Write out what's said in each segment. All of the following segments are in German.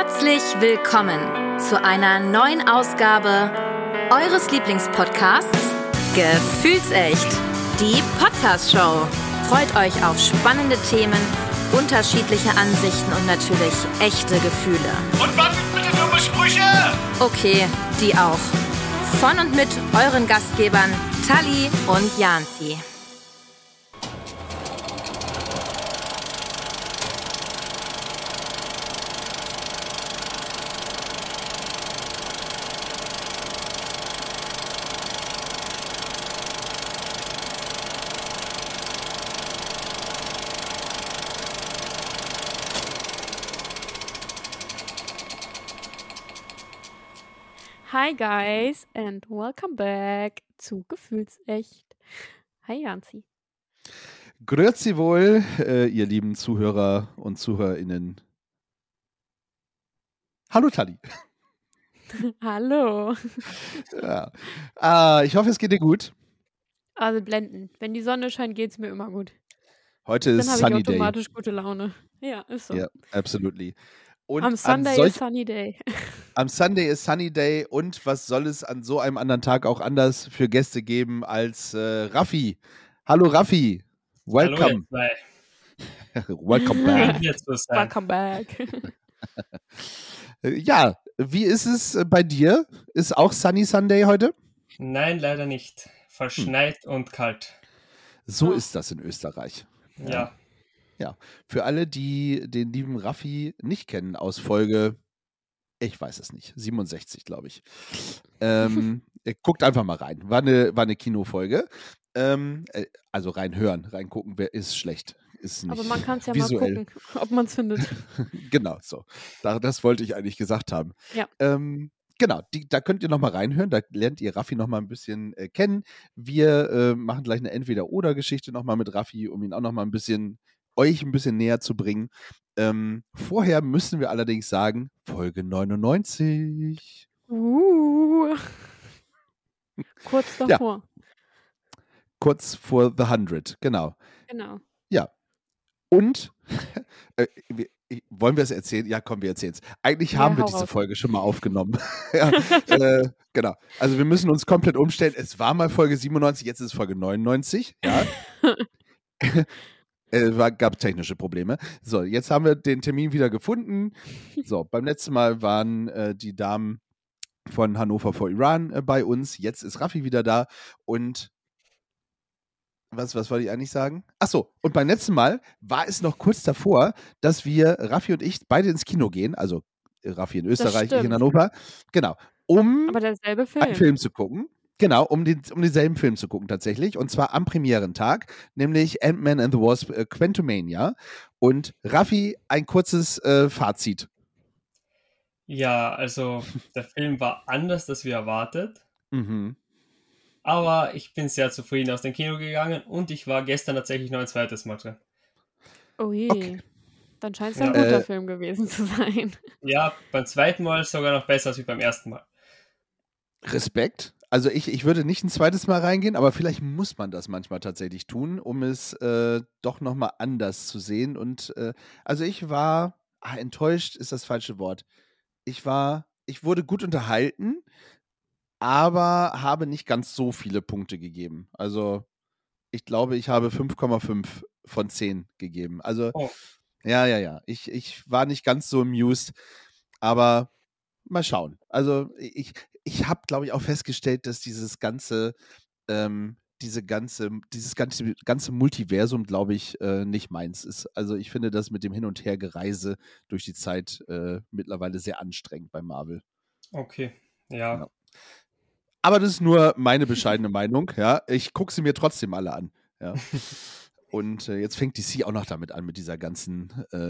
Herzlich willkommen zu einer neuen Ausgabe eures Lieblingspodcasts Gefühlsecht, die Podcast-Show. Freut euch auf spannende Themen, unterschiedliche Ansichten und natürlich echte Gefühle. Und was sind bitte dumme Sprüche? Okay, die auch. Von und mit euren Gastgebern Tali und Janzi. Hi guys and welcome back zu Gefühlsecht. Hi Janzi. Grüezi wohl, ihr lieben Zuhörer und ZuhörerInnen. Hallo Tali. Hallo. Ja. Ich hoffe, es geht dir gut. Also blenden. Wenn die Sonne scheint, geht's mir immer gut. Heute ist Dann habe Sunny ich Day. automatisch gute Laune. Ja, ist so. Ja, absolutely. Und Am Sunday ist Sunny Day. Am Sunday ist Sunny Day und was soll es an so einem anderen Tag auch anders für Gäste geben als Raffi. Hallo Raffi, welcome. Hallo Welcome back. Welcome back. Ja, wie ist es bei dir? Ist auch Sunny Sunday heute? Nein, leider nicht. Verschneit und kalt. So Oh. ist das in Österreich. Ja. Ja, für alle, die den lieben Raffi nicht kennen aus Folge, ich weiß es nicht, 67, glaube ich. Guckt einfach mal rein. War eine Kinofolge. Also reinhören, reingucken, wer ist schlecht. Ist nicht Aber man kann es ja visuell. mal gucken, ob man es findet. Genau, so. Das wollte ich eigentlich gesagt haben. Ja. Genau, da könnt ihr nochmal reinhören, da lernt ihr Raffi nochmal ein bisschen kennen. Wir machen gleich eine Entweder-Oder-Geschichte nochmal mit Raffi, um ihn auch nochmal euch ein bisschen näher zu bringen. Vorher müssen wir allerdings sagen, Folge 99. Kurz davor. Kurz vor The 100, genau. Genau. Ja. Und, wollen wir es erzählen? Ja, komm, wir erzählen es. Eigentlich haben wir hau diese raus. Folge schon mal aufgenommen. Ja, genau. Also wir müssen uns komplett umstellen. Es war mal Folge 97, jetzt ist es Folge 99. Ja. Gab technische Probleme. So, jetzt haben wir den Termin wieder gefunden. So, beim letzten Mal waren die Damen von Hannover for Iran bei uns. Jetzt ist Raffi wieder da. Und was wollte ich eigentlich sagen? Achso, und beim letzten Mal war es noch kurz davor, dass wir, Raffi und ich, beide ins Kino gehen. Also Raffi in Österreich, ich in stimmt. Hannover. Genau, um Aber derselbe einen Film. Film zu gucken. Genau, um denselben Film zu gucken tatsächlich. Und zwar am Premierentag, nämlich Ant-Man and the Wasp Quantumania. Und Raffi, ein kurzes Fazit. Ja, also der Film war anders, als wir erwartet. Mhm. Aber ich bin sehr zufrieden aus dem Kino gegangen und ich war gestern tatsächlich noch ein zweites Mal drin. Oh je. Okay. Dann scheint es Ja. ein guter Film gewesen zu sein. Ja, beim zweiten Mal sogar noch besser als wie beim ersten Mal. Respekt. Also ich würde nicht ein zweites Mal reingehen, aber vielleicht muss man das manchmal tatsächlich tun, um es doch nochmal anders zu sehen. Und also ich war, enttäuscht ist das falsche Wort. Ich wurde gut unterhalten, aber habe nicht ganz so viele Punkte gegeben. Also ich glaube, ich habe 5,5 von 10 gegeben. Also Oh. ja. Ich war nicht ganz so amused, aber mal schauen. Also ich habe, glaube ich, auch festgestellt, dass dieses ganze Multiversum, glaube ich, nicht meins ist. Also ich finde das mit dem Hin- und Hergereise durch die Zeit mittlerweile sehr anstrengend bei Marvel. Okay, ja. Genau. Aber das ist nur meine bescheidene Meinung. Ja, ich gucke sie mir trotzdem alle an. Ja. Und jetzt fängt DC auch noch damit an, mit dieser ganzen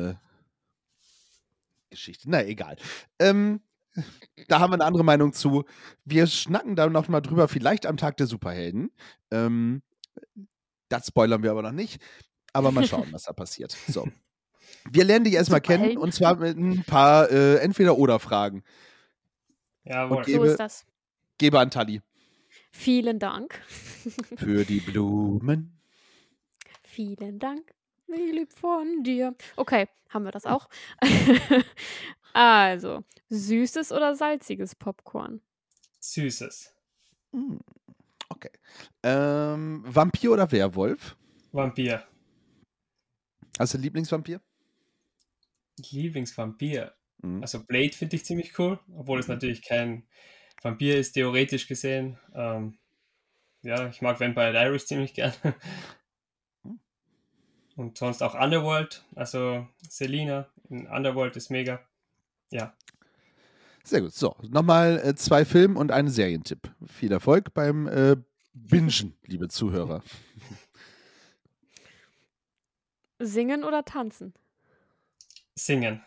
Geschichte. Na, egal. Da haben wir eine andere Meinung zu. Wir schnacken da noch mal drüber, vielleicht am Tag der Superhelden. Das spoilern wir aber noch nicht. Aber mal schauen, was da passiert. So. Wir lernen dich erstmal kennen Superhelden. und zwar mit ein paar Entweder-Oder-Fragen. Jawohl. Okay. So ist das. Gebe an Tali. Vielen Dank. Für die Blumen. Vielen Dank. Wie lieb von dir. Okay, haben wir das auch. Also, süßes oder salziges Popcorn? Süßes. Okay. Vampir oder Werwolf? Vampir. Hast du einen Lieblingsvampir? Lieblingsvampir. Mhm. Also Blade finde ich ziemlich cool, obwohl es natürlich kein Vampir ist, theoretisch gesehen. Ja, ich mag Vampire Diaries ziemlich gern. Und sonst auch Underworld, also Selina in Underworld ist mega. Ja, Sehr gut. So, nochmal 2 Film- und einen Serientipp. Viel Erfolg beim Bingen, liebe Zuhörer. Singen oder tanzen? singen.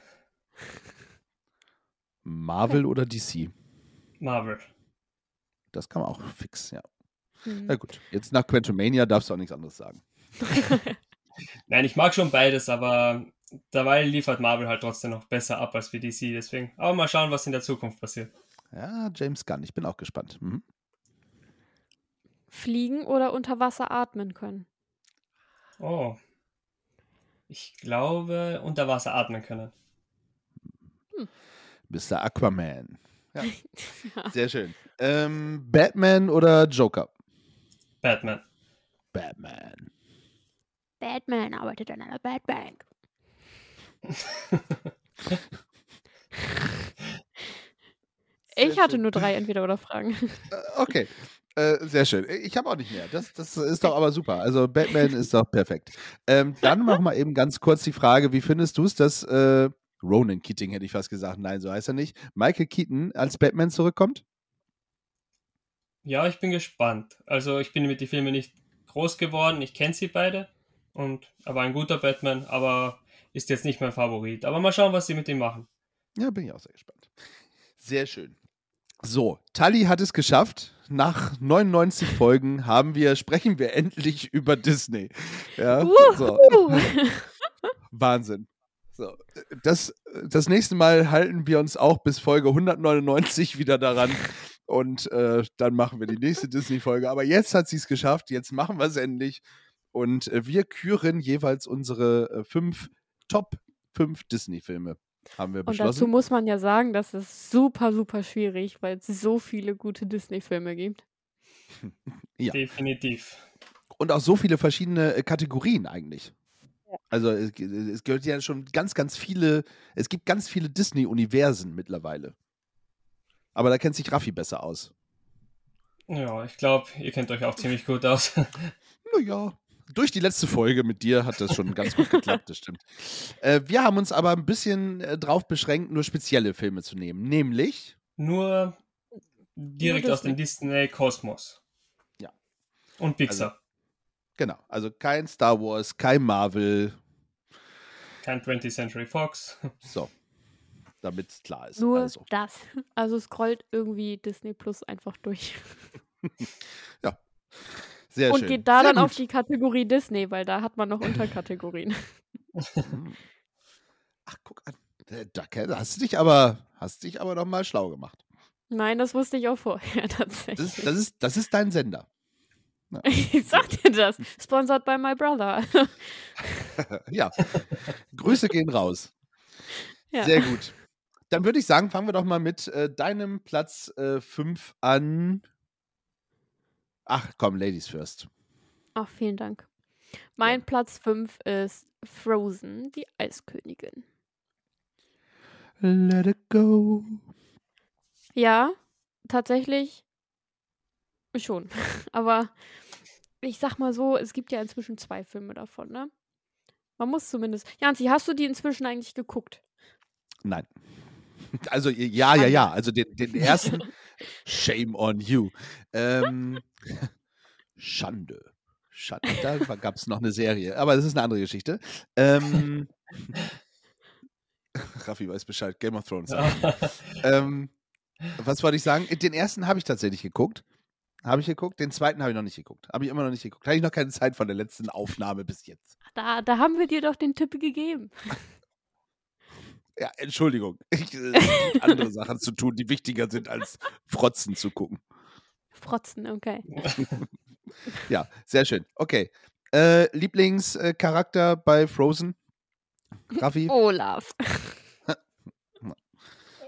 Marvel oder DC? Marvel. Das kann man auch fix, ja. Mhm. Na gut, jetzt nach Quantumania darfst du auch nichts anderes sagen. Nein, ich mag schon beides, aber dabei liefert Marvel halt trotzdem noch besser ab als wie DC, deswegen. Aber mal schauen, was in der Zukunft passiert. Ja, James Gunn, ich bin auch gespannt. Mhm. Fliegen oder unter Wasser atmen können? Oh. Ich glaube, unter Wasser atmen können. Mr. Aquaman. Ja, Ja. sehr schön. Batman oder Joker? Batman. Batman. Batman arbeitet an einer Batbank. Ich hatte nur 3 Entweder-oder-Fragen. Okay. Sehr schön. Ich habe auch nicht mehr. Das ist doch aber super. Also Batman ist doch perfekt. Dann machen wir eben ganz kurz die Frage, wie findest du es, dass Ronan Keating, hätte ich fast gesagt, nein, so heißt er nicht, Michael Keaton als Batman zurückkommt? Ja, ich bin gespannt. Also ich bin mit den Filmen nicht groß geworden. Ich kenne sie beide. Er war ein guter Batman, aber ist jetzt nicht mein Favorit. Aber mal schauen, was sie mit ihm machen. Ja, bin ich auch sehr gespannt. Sehr schön. So, Tully hat es geschafft. Nach 99 Folgen sprechen wir endlich über Disney. Ja, so. Wahnsinn. So, das nächste Mal halten wir uns auch bis Folge 199 wieder daran und dann machen wir die nächste Disney-Folge. Aber jetzt hat sie es geschafft, jetzt machen wir es endlich und wir küren jeweils unsere Top 5 Disney-Filme. Haben wir Und beschlossen. dazu muss man ja sagen, das ist super, super schwierig, weil es so viele gute Disney-Filme gibt. Ja. Definitiv. Und auch so viele verschiedene Kategorien eigentlich. Also es gehört ja schon ganz viele, es gibt ganz viele Disney-Universen mittlerweile. Aber da kennt sich Raffi besser aus. Ja, ich glaube, ihr kennt euch auch ziemlich gut aus. Naja, durch die letzte Folge mit dir hat das schon ganz gut geklappt, das stimmt. Wir haben uns aber ein bisschen drauf beschränkt, nur spezielle Filme zu nehmen. Nämlich Nur direkt aus dem Disney-Kosmos. Ja. Und Pixar. Genau, also kein Star Wars, kein Marvel. Kein 20th Century Fox. So, damit es klar ist. Nur Also. das. Also scrollt irgendwie Disney Plus einfach durch. Ja, sehr Und schön. geht da sehr dann gut. auf die Kategorie Disney, weil da hat man noch Unterkategorien. Ach, guck an. Da hast du dich aber noch mal schlau gemacht. Nein, das wusste ich auch vorher tatsächlich. Das ist dein Sender. Ja. Ich sag dir das. Sponsored by my brother. Ja, Grüße gehen raus. Ja. Sehr gut. Dann würde ich sagen, fangen wir doch mal mit deinem Platz 5 an. Ach komm, Ladies first. Ach, vielen Dank. Mein Platz 5 ist Frozen, die Eiskönigin. Let it go. Ja, tatsächlich schon. Aber ich sag mal so, es gibt ja inzwischen 2 Filme davon, ne? Man muss zumindest. Janzi, hast du die inzwischen eigentlich geguckt? Nein. Also ja. Also den ersten. Shame on you. Schande. Da gab es noch eine Serie. Aber das ist eine andere Geschichte. Raffi weiß Bescheid. Game of Thrones. Was wollte ich sagen? Den ersten habe ich tatsächlich geguckt. Den zweiten habe ich noch nicht geguckt. Habe ich immer noch nicht geguckt. Hatte ich noch keine Zeit von der letzten Aufnahme bis jetzt. Da haben wir dir doch den Tipp gegeben. Ja, Entschuldigung. Es gibt andere Sachen zu tun, die wichtiger sind, als Frotzen zu gucken. Frotzen, okay. Ja, sehr schön. Okay. Lieblingscharakter bei Frozen? Raffi? Olaf.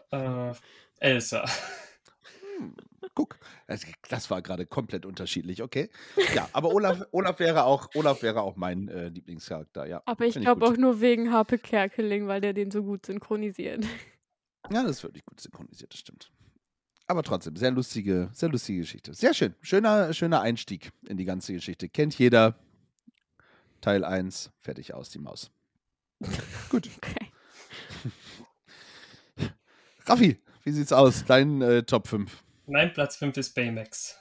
Elsa. Guck, das war gerade komplett unterschiedlich, okay. Ja, aber Olaf wäre auch mein Lieblingscharakter, ja. Aber ich Find glaube gut. auch nur wegen Harpe Kerkeling, weil der den so gut synchronisiert. Ja, das ist wirklich gut synchronisiert, das stimmt. Aber trotzdem, sehr lustige Geschichte. Sehr schön. Schöner Einstieg in die ganze Geschichte. Kennt jeder. Teil 1, fertig aus, die Maus. Gut. Okay. Raffi, wie sieht's aus? Dein Top 5. Mein Platz 5 ist Baymax.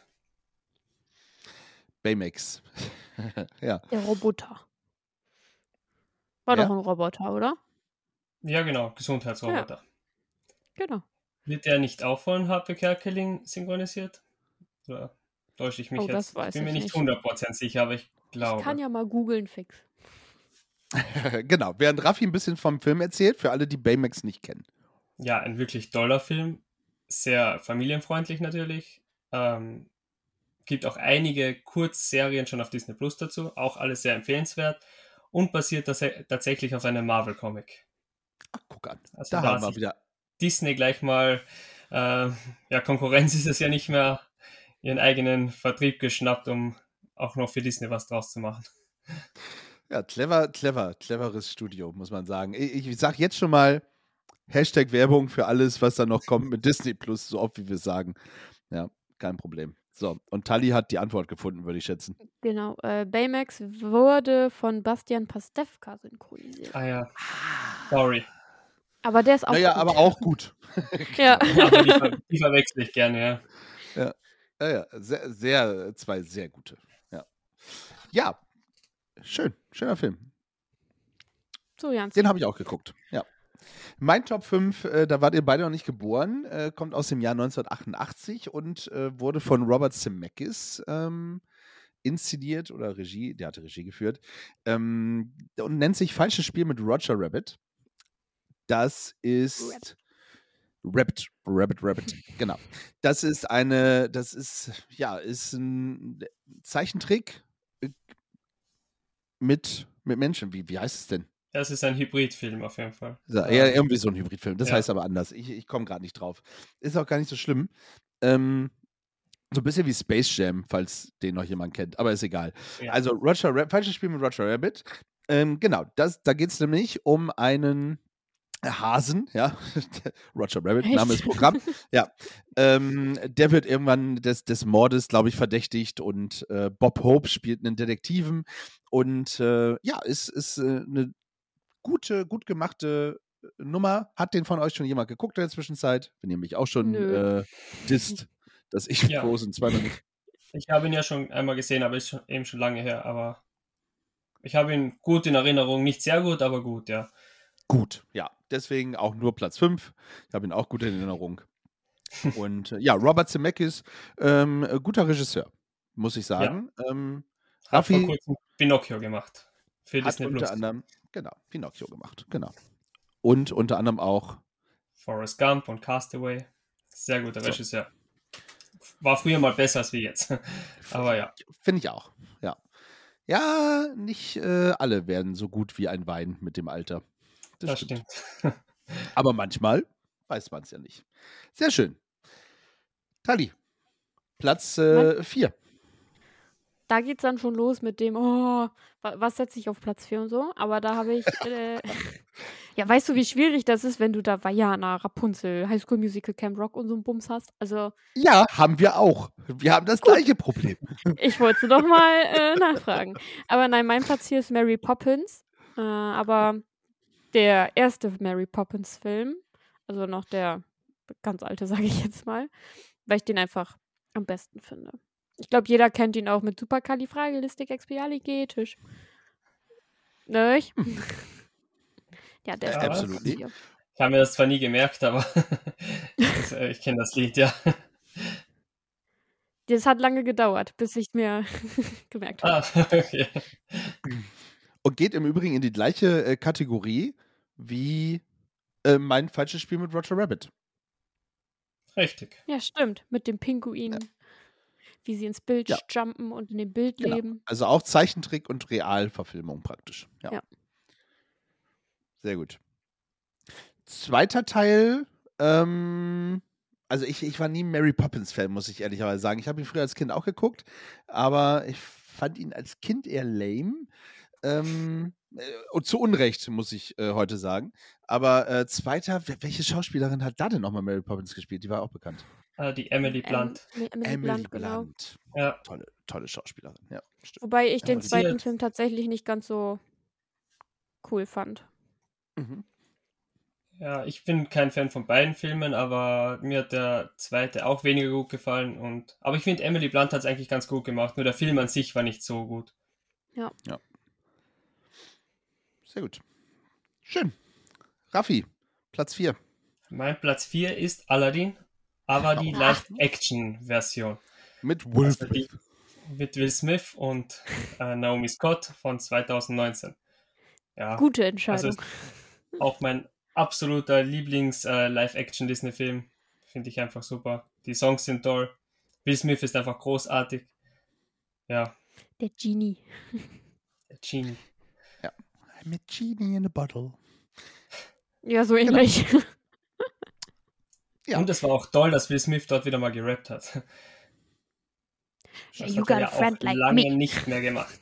Baymax. Ja. Der Roboter. War Ja. doch ein Roboter, oder? Ja, genau, Gesundheitsroboter. Genau. Wird der nicht auch von Harpe Kerkeling synchronisiert? Oder täusche ich mich Oh, das jetzt? weiß Ich bin mir ich nicht nicht. 100% sicher, aber ich glaube. Ich kann ja mal googeln, fix. Genau, während Raffi ein bisschen vom Film erzählt, für alle, die Baymax nicht kennen. Ja, ein wirklich toller Film. Sehr familienfreundlich natürlich. Gibt auch einige Kurzserien schon auf Disney Plus dazu. Auch alles sehr empfehlenswert. Und basiert tatsächlich auf einem Marvel-Comic. Ach, guck an. Also Da da haben wir sich wieder. Disney gleich mal, Konkurrenz ist es ja nicht mehr, ihren eigenen Vertrieb geschnappt, um auch noch für Disney was draus zu machen. Ja, cleveres Studio, muss man sagen. Ich sag jetzt schon mal Hashtag Werbung für alles, was da noch kommt mit Disney Plus, so oft wie wir es sagen. Ja, kein Problem. So, und Tali hat die Antwort gefunden, würde ich schätzen. Genau. Baymax wurde von Bastian Pastewka synchronisiert. Ah ja, sorry. Aber der ist auch Naja, gut. aber auch gut. Ja. Aber die verwechsel ich gerne, ja. Ja, zwei sehr gute. Ja, schöner Film. So, Jans. Den habe ich auch geguckt, ja. Mein Top 5, da wart ihr beide noch nicht geboren, kommt aus dem Jahr 1988 und wurde von Robert Zemeckis inszeniert oder der hatte Regie geführt und nennt sich Falsches Spiel mit Roger Rabbit. Das ist Rabbit, genau. Das ist ist ein Zeichentrick mit Menschen. Wie heißt es denn? Das ist ein Hybridfilm auf jeden Fall. Ja, irgendwie so ein Hybridfilm. Das Ja. heißt aber anders. Ich komme gerade nicht drauf. Ist auch gar nicht so schlimm. So ein bisschen wie Space Jam, falls den noch jemand kennt. Aber ist egal. Ja. Also Falsches Spiel mit Roger Rabbit. Genau, da geht es nämlich um einen Hasen, ja, Roger Rabbit, Name ist Programm, ja, der wird irgendwann des Mordes, glaube ich, verdächtigt und Bob Hope spielt einen Detektiven und ist eine gut gemachte Nummer. Hat den von euch schon jemand geguckt in der Zwischenzeit? Wenn ihr mich auch schon disst, dass ich Frozen 2 noch nicht. Ich habe ihn ja schon einmal gesehen, aber ist eben schon lange her, aber ich habe ihn gut in Erinnerung, nicht sehr gut, aber gut, ja. Gut, ja. Deswegen auch nur Platz 5. Ich habe ihn auch gut in Erinnerung. Und Robert Zemeckis, guter Regisseur, muss ich sagen. Ja. Hat Raffi vor kurzem Pinocchio gemacht. Für hat Disney unter Plus. anderem, Pinocchio gemacht, genau. Und unter anderem auch Forrest Gump und Castaway. Sehr guter Regisseur. War früher mal besser als wie jetzt. Aber ja. Finde ich auch, ja. Ja, nicht alle werden so gut wie ein Wein mit dem Alter. Das stimmt. Aber manchmal weiß man es ja nicht. Sehr schön. Tali, Platz 4. Da geht es dann schon los mit dem, was setze ich auf Platz 4 und so. Aber da habe ich, ja, weißt du, wie schwierig das ist, wenn du da Vajana, Rapunzel, High School Musical, Camp Rock und so einen Bums hast? Also, ja, haben wir auch. Wir haben das gleiche Problem. Ich wollte es doch mal nachfragen. Aber nein, mein Platz hier ist Mary Poppins. Aber der erste Mary Poppins Film, also noch der ganz alte, sage ich jetzt mal, weil ich den einfach am besten finde. Ich glaube, jeder kennt ihn auch mit Supercalifragilisticexpialidocious. Nicht? Ja, der ist absolut. Ich habe mir das zwar nie gemerkt, aber ich kenne das Lied, ja. Das hat lange gedauert, bis ich mir gemerkt habe. Okay. Und geht im Übrigen in die gleiche Kategorie wie mein Falsches Spiel mit Roger Rabbit. Richtig. Ja, stimmt. Mit dem Pinguin, wie sie ins Bild jumpen und in dem Bild leben. Also auch Zeichentrick und Realverfilmung praktisch. Ja. Sehr gut. Zweiter Teil Also ich war nie ein Mary Poppins-Fan, muss ich ehrlicherweise sagen. Ich habe ihn früher als Kind auch geguckt, aber ich fand ihn als Kind eher lame. Und zu Unrecht, muss ich heute sagen. Aber zweiter, welche Schauspielerin hat da denn nochmal Mary Poppins gespielt? Die war auch bekannt. Die Emily Blunt. Emily Blunt, genau. Blunt. Ja. Tolle Schauspielerin, ja. Stimmt. Wobei ich den sie zweiten hat- Film tatsächlich nicht ganz so cool fand. Mhm. Ja, ich bin kein Fan von beiden Filmen, aber mir hat der zweite auch weniger gut gefallen. Aber ich finde, Emily Blunt hat es eigentlich ganz gut gemacht. Nur der Film an sich war nicht so gut. Sehr gut. Schön. Raffi, Platz 4. Mein Platz 4 ist Aladdin, aber die Ach. Live-Action-Version. Mit Will Also die mit Will Smith und Naomi Scott von 2019. Ja, Gute also Entscheidung. ist auch mein absoluter Lieblings-Live-Action-Disney-Film. Finde ich einfach super. Die Songs sind toll. Will Smith ist einfach großartig. Ja, Der Genie. der Genie. Mit Genie in a Bottle. Ja, so ähnlich. Ja. Und es war auch toll, dass Will Smith dort wieder mal gerappt hat. Yeah, Das you hat got er a ja friend auch like lange me. nicht mehr gemacht.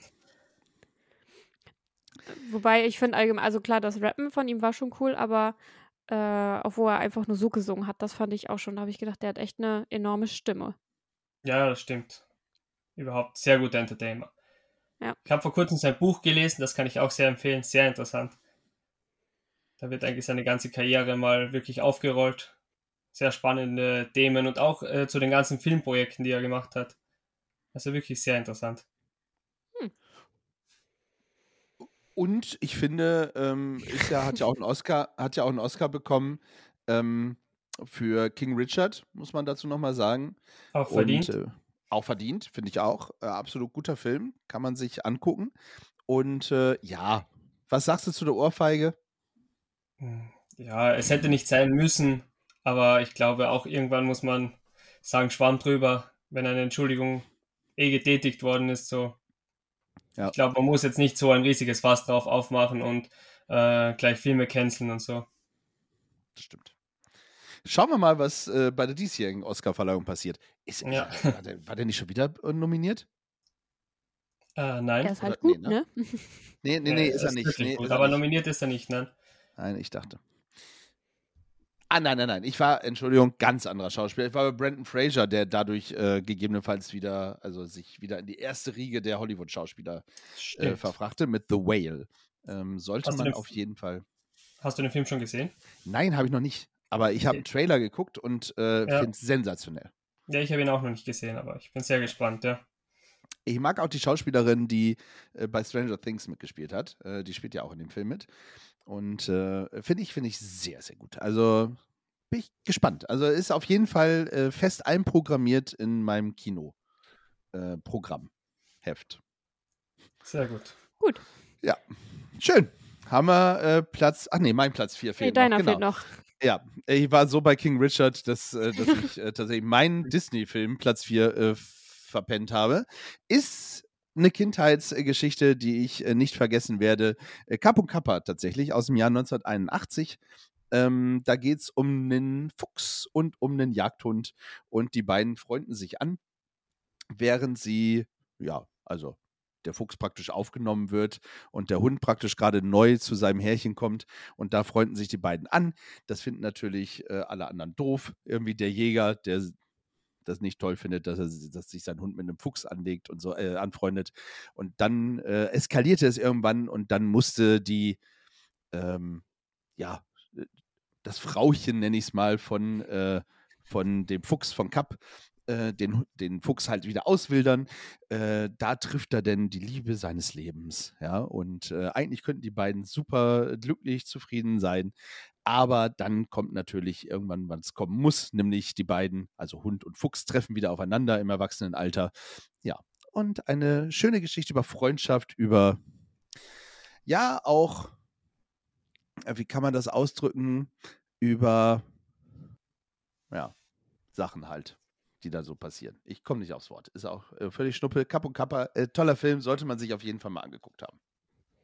Wobei ich finde allgemein, also klar, das Rappen von ihm war schon cool, aber auch wo er einfach nur so gesungen hat, das fand ich auch schon. Da habe ich gedacht, der hat echt eine enorme Stimme. Ja, das stimmt. Überhaupt sehr guter Entertainer. Ja. Ich habe vor kurzem sein Buch gelesen, das kann ich auch sehr empfehlen, sehr interessant. Da wird eigentlich seine ganze Karriere mal wirklich aufgerollt. Sehr spannende Themen und auch zu den ganzen Filmprojekten, die er gemacht hat. Also wirklich sehr interessant. Und ich finde, hat ja auch einen Oscar bekommen für King Richard, muss man dazu nochmal sagen. Auch verdient. Und auch verdient, finde ich auch. Absolut guter Film, kann man sich angucken. Und ja, was sagst du zu der Ohrfeige? Ja, es hätte nicht sein müssen, aber ich glaube auch irgendwann muss man sagen, Schwamm drüber, wenn eine Entschuldigung getätigt worden ist. So. Ja. Ich glaube, man muss jetzt nicht so ein riesiges Fass drauf aufmachen und gleich Filme canceln und so. Das stimmt. Schauen wir mal, was bei der diesjährigen Oscarverleihung passiert. Ja. War der nicht schon wieder nominiert? Nein. Er ist halt Oder- gut, nee, ne? Nee, ist er nicht. Wirklich Nee, gut, ist er aber nicht. nominiert ist er nicht, ne? Nein, ich dachte. Nein. Ich war, Entschuldigung, ganz anderer Schauspieler. Ich war bei Brendan Fraser, der dadurch gegebenenfalls sich wieder in die erste Riege der Hollywood-Schauspieler Stimmt. verfrachte mit The Whale. Sollte Hast du man den- auf jeden Fall. Hast du den Film schon gesehen? Nein, habe ich noch nicht. Aber ich habe einen Trailer geguckt und finde es sensationell. Ja, ich habe ihn auch noch nicht gesehen, aber ich bin sehr gespannt, ja. Ich mag auch die Schauspielerin, die bei Stranger Things mitgespielt hat. Die spielt ja auch in dem Film mit. Und finde ich sehr, sehr gut. Also bin ich gespannt. Also ist auf jeden Fall fest einprogrammiert in meinem Kino-Programmheft. Sehr gut. Gut. Ja, schön. Haben wir mein Platz 4 Nee, fehlt deiner noch. fehlt noch. Ja, ich war so bei King Richard, dass ich tatsächlich meinen Disney-Film Platz 4 verpennt habe. Ist eine Kindheitsgeschichte, die ich nicht vergessen werde. Kapp und Kappa tatsächlich aus dem Jahr 1981. Da geht es um einen Fuchs und um einen Jagdhund und die beiden freunden sich an, während sie, der Fuchs praktisch aufgenommen wird und der Hund praktisch gerade neu zu seinem Härchen kommt und da freunden sich die beiden an. Das finden natürlich alle anderen doof. Irgendwie der Jäger, der das nicht toll findet, dass sich sein Hund mit einem Fuchs anlegt und so anfreundet. Und dann eskalierte es irgendwann und dann musste das Frauchen, nenne ich es mal, von dem Fuchs von Kapp, den Fuchs halt wieder auswildern. Da trifft er denn die Liebe seines Lebens. Ja? Und eigentlich könnten die beiden super glücklich, zufrieden sein. Aber dann kommt natürlich irgendwann, wann es kommen muss, nämlich die beiden, also Hund und Fuchs, treffen wieder aufeinander im Erwachsenenalter. Ja, und eine schöne Geschichte über Freundschaft, über, ja, auch, wie kann man das ausdrücken, über, ja, Sachen halt, die da so passieren. Ich komme nicht aufs Wort. Ist auch völlig Schnuppe. Kapp und Kappa, toller Film, sollte man sich auf jeden Fall mal angeguckt haben.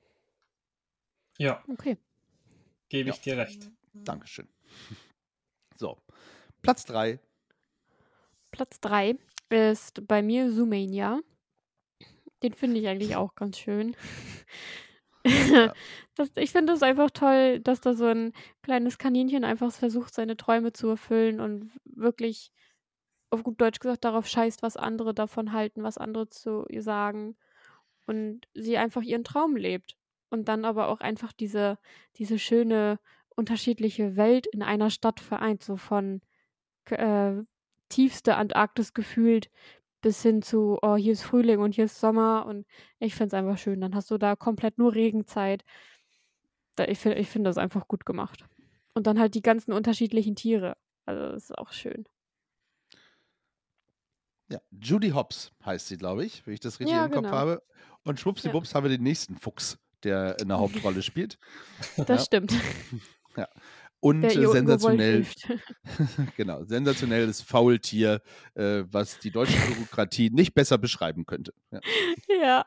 Ja, Okay. gebe ich dir recht. Dankeschön. So, Platz 3. Platz 3 ist bei mir Zoomania. Den finde ich eigentlich auch ganz schön. Ja. Ich finde es einfach toll, dass da so ein kleines Kaninchen einfach versucht, seine Träume zu erfüllen und wirklich, auf gut Deutsch gesagt, darauf scheißt, was andere davon halten, was andere zu ihr sagen. Und sie einfach ihren Traum lebt. Und dann aber auch einfach diese schöne, unterschiedliche Welt in einer Stadt vereint, so von tiefste Antarktis gefühlt bis hin zu, oh, hier ist Frühling und hier ist Sommer und ich finde es einfach schön. Dann hast du da komplett nur Regenzeit. Ich find das einfach gut gemacht. Und dann halt die ganzen unterschiedlichen Tiere. Also das ist auch schön. Ja, Judy Hopps heißt sie, glaube ich, wenn ich das richtig Ja, im Kopf genau. habe. Und schwuppsiwupps haben wir den nächsten Fuchs, der in der Hauptrolle spielt. Das Ja. stimmt. Ja. Und Der ihr überwollt sensationell, hilft. genau, sensationelles Faultier, was die deutsche Bürokratie nicht besser beschreiben könnte. Ja. Ja.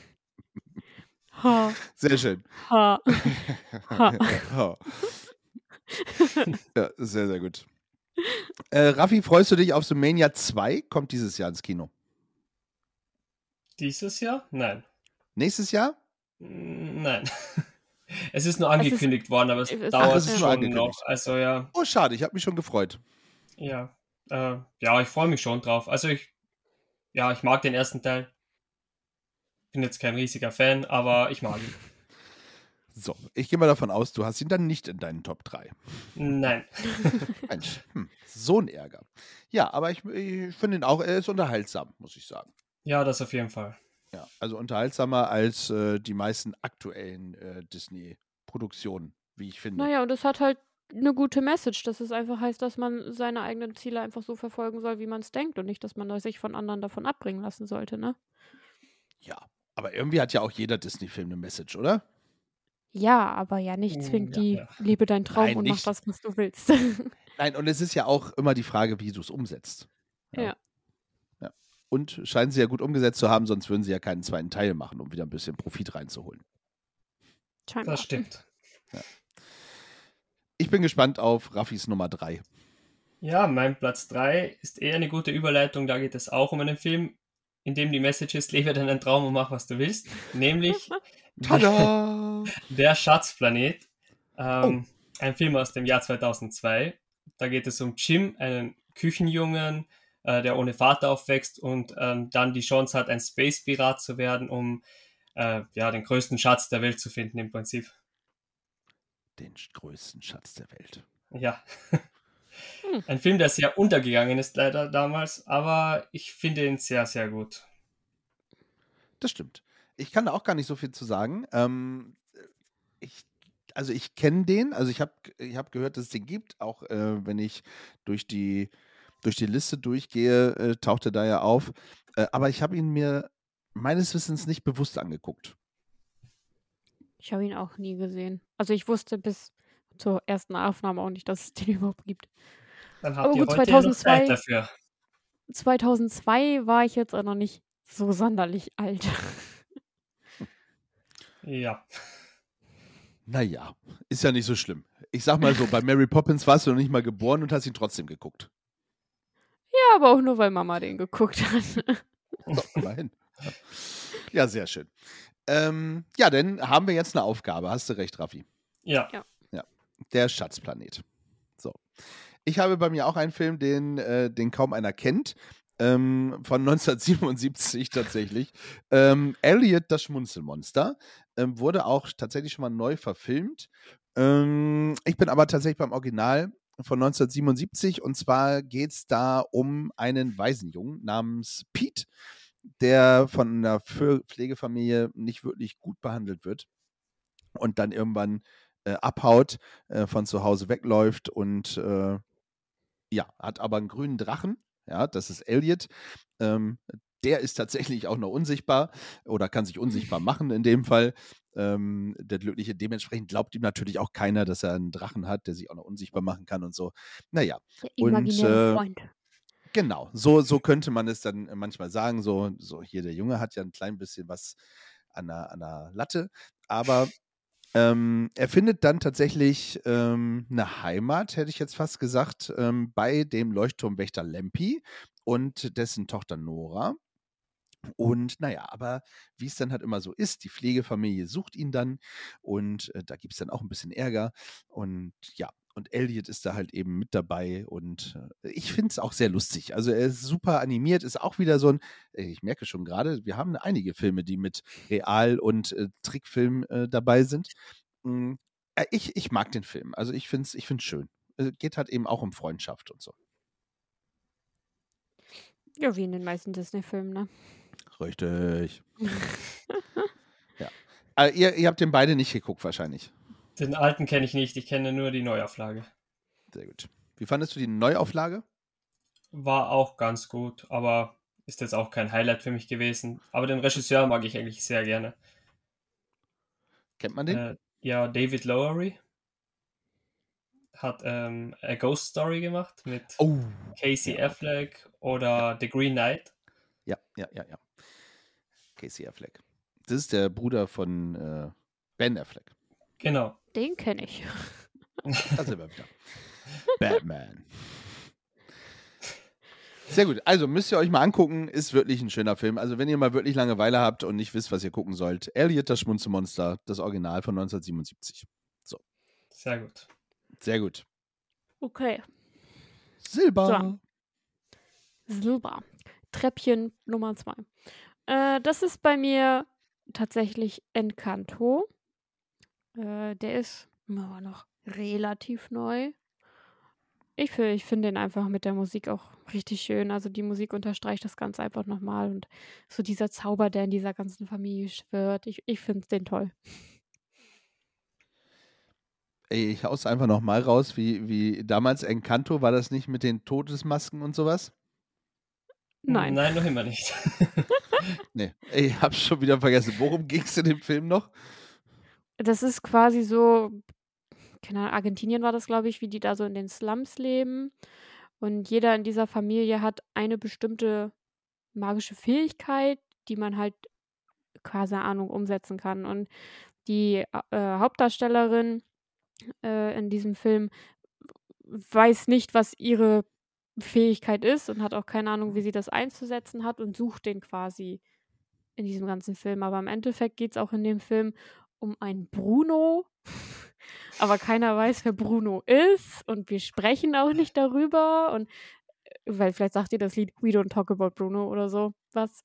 Ha, Sehr schön. ha, ha. Ha. Ja, sehr, sehr gut. Raffi, freust du dich auf Zoomania 2? Kommt dieses Jahr ins Kino. Dieses Jahr? Nein. Nächstes Jahr? Nein. Es ist nur angekündigt worden, aber es es- dauert es ist nur schon angekündigt. noch. Also ja, Oh, schade, ich habe mich schon gefreut. ja. Ja, ich freue mich schon drauf. Also ich mag den ersten Teil. Bin jetzt kein riesiger Fan, aber ich mag ihn. So, ich gehe mal davon aus, du hast ihn dann nicht in deinen Top 3. Nein. Mensch, so ein Ärger. Ja, aber ich finde ihn auch, er ist unterhaltsam, muss ich sagen. Ja, das auf jeden Fall. Ja, also unterhaltsamer als die meisten aktuellen Disney-Produktionen, wie ich finde. Naja, und es hat halt eine gute Message, dass es einfach heißt, dass man seine eigenen Ziele einfach so verfolgen soll, wie man es denkt und nicht, dass man sich von anderen davon abbringen lassen sollte, ne? Ja, aber irgendwie hat ja auch jeder Disney-Film eine Message, oder? Ja, aber ja nicht zwingend Ja, die ja. lebe deinen Traum Nein, und nicht. mach das, was du willst. Nein, und es ist ja auch immer die Frage, wie du es umsetzt. Ja. Und scheinen sie ja gut umgesetzt zu haben, sonst würden sie ja keinen zweiten Teil machen, um wieder ein bisschen Profit reinzuholen. Scheinbar. Das stimmt. Ich bin gespannt auf Raffis Nummer 3. Ja, mein Platz 3 ist eher eine gute Überleitung. Da geht es auch um einen Film, in dem die Message ist, lebe deinen Traum und mach, was du willst. Nämlich Tada! Der Schatzplanet. Oh. Ein Film aus dem Jahr 2002. Da geht es um Jim, einen Küchenjungen, der ohne Vater aufwächst und dann die Chance hat, ein Space-Pirat zu werden, um den größten Schatz der Welt zu finden im Prinzip. Den größten Schatz der Welt. Ja. Ein Film, der sehr untergegangen ist leider damals, aber ich finde ihn sehr, sehr gut. Das stimmt. Ich kann da auch gar nicht so viel zu sagen. Ich kenne den, also ich hab gehört, dass es den gibt, auch wenn ich durch die Liste durchgehe, taucht er da ja auf. Aber ich habe ihn mir meines Wissens nicht bewusst angeguckt. Ich habe ihn auch nie gesehen. Also ich wusste bis zur ersten Aufnahme auch nicht, dass es den überhaupt gibt. Dann habt Aber ihr gut, heute ja noch 2002 Zeit dafür. 2002 war ich jetzt auch noch nicht so sonderlich alt. Ja. Naja, ist ja nicht so schlimm. Ich sag mal so, bei Mary Poppins warst du noch nicht mal geboren und hast ihn trotzdem geguckt. Ja, aber auch nur, weil Mama den geguckt hat. So, immerhin. Ja, sehr schön. Ja, dann haben wir jetzt eine Aufgabe. Hast du recht, Raffi? Ja. Der Schatzplanet. So. Ich habe bei mir auch einen Film, den kaum einer kennt. Von 1977 tatsächlich. Elliot, das Schmunzelmonster. Wurde auch tatsächlich schon mal neu verfilmt. Ich bin aber tatsächlich beim Original von 1977 und zwar geht es da um einen Waisenjungen namens Pete, der von einer Pflegefamilie nicht wirklich gut behandelt wird und dann irgendwann abhaut, von zu Hause wegläuft und hat aber einen grünen Drachen. Ja, das ist Elliot. Der ist tatsächlich auch noch unsichtbar oder kann sich unsichtbar machen in dem Fall. Der Glückliche, dementsprechend glaubt ihm natürlich auch keiner, dass er einen Drachen hat, der sich auch noch unsichtbar machen kann und so. Naja. Der imaginäre Freund. Genau, so könnte man es dann manchmal sagen. So hier, der Junge hat ja ein klein bisschen was an der Latte, aber Er findet dann tatsächlich eine Heimat, hätte ich jetzt fast gesagt, bei dem Leuchtturmwächter Lempi und dessen Tochter Nora. Und naja, aber wie es dann halt immer so ist, die Pflegefamilie sucht ihn dann und da gibt es dann auch ein bisschen Ärger. Und ja, und Elliot ist da halt eben mit dabei und ich finde es auch sehr lustig. Also er ist super animiert, ist auch wieder so ein, ich merke schon gerade, wir haben einige Filme, die mit Real- und Trickfilm dabei sind. Ich mag den Film, also ich finde es schön. Geht halt eben auch um Freundschaft und so. Ja, wie in den meisten Disney-Filmen, ne? Richtig. Ja. Ihr habt den beide nicht geguckt wahrscheinlich. Den alten kenne ich nicht, ich kenne nur die Neuauflage. Sehr gut. Wie fandest du die Neuauflage? War auch ganz gut, aber ist jetzt auch kein Highlight für mich gewesen. Aber den Regisseur mag ich eigentlich sehr gerne. Kennt man den? Ja, David Lowery hat A Ghost Story gemacht mit Casey Affleck oder The Green Knight. Ja. Casey Affleck. Das ist der Bruder von Ben Affleck. Genau. Den kenne ich. Da sind wir wieder. Batman. Sehr gut. Also müsst ihr euch mal angucken. Ist wirklich ein schöner Film. Also wenn ihr mal wirklich Langeweile habt und nicht wisst, was ihr gucken sollt. Elliot, das Schmunzelmonster, das Original von 1977. So. Sehr gut. Sehr gut. Okay. Silber. Silber. Treppchen Nummer 2. Das ist bei mir tatsächlich Encanto. Der ist noch relativ neu. Ich finde den einfach mit der Musik auch richtig schön. Also die Musik unterstreicht das Ganze einfach nochmal. Und so dieser Zauber, der in dieser ganzen Familie schwirrt. Ich finde den toll. Ey, ich hau's einfach nochmal raus, wie damals Encanto, war das nicht mit den Todesmasken und sowas? Nein. Nein, noch immer nicht. Nee, ich hab's schon wieder vergessen. Worum ging's in dem Film noch? Das ist quasi so, keine Ahnung, Argentinien war das, glaube ich, wie die da so in den Slums leben. Und jeder in dieser Familie hat eine bestimmte magische Fähigkeit, die man halt, keine Ahnung, umsetzen kann. Und die Hauptdarstellerin in diesem Film weiß nicht, was ihre Fähigkeit ist und hat auch keine Ahnung, wie sie das einzusetzen hat und sucht den quasi in diesem ganzen Film. Aber im Endeffekt geht es auch in dem Film um einen Bruno, aber keiner weiß, wer Bruno ist und wir sprechen auch nicht darüber und weil vielleicht sagt ihr das Lied We Don't Talk About Bruno oder so was.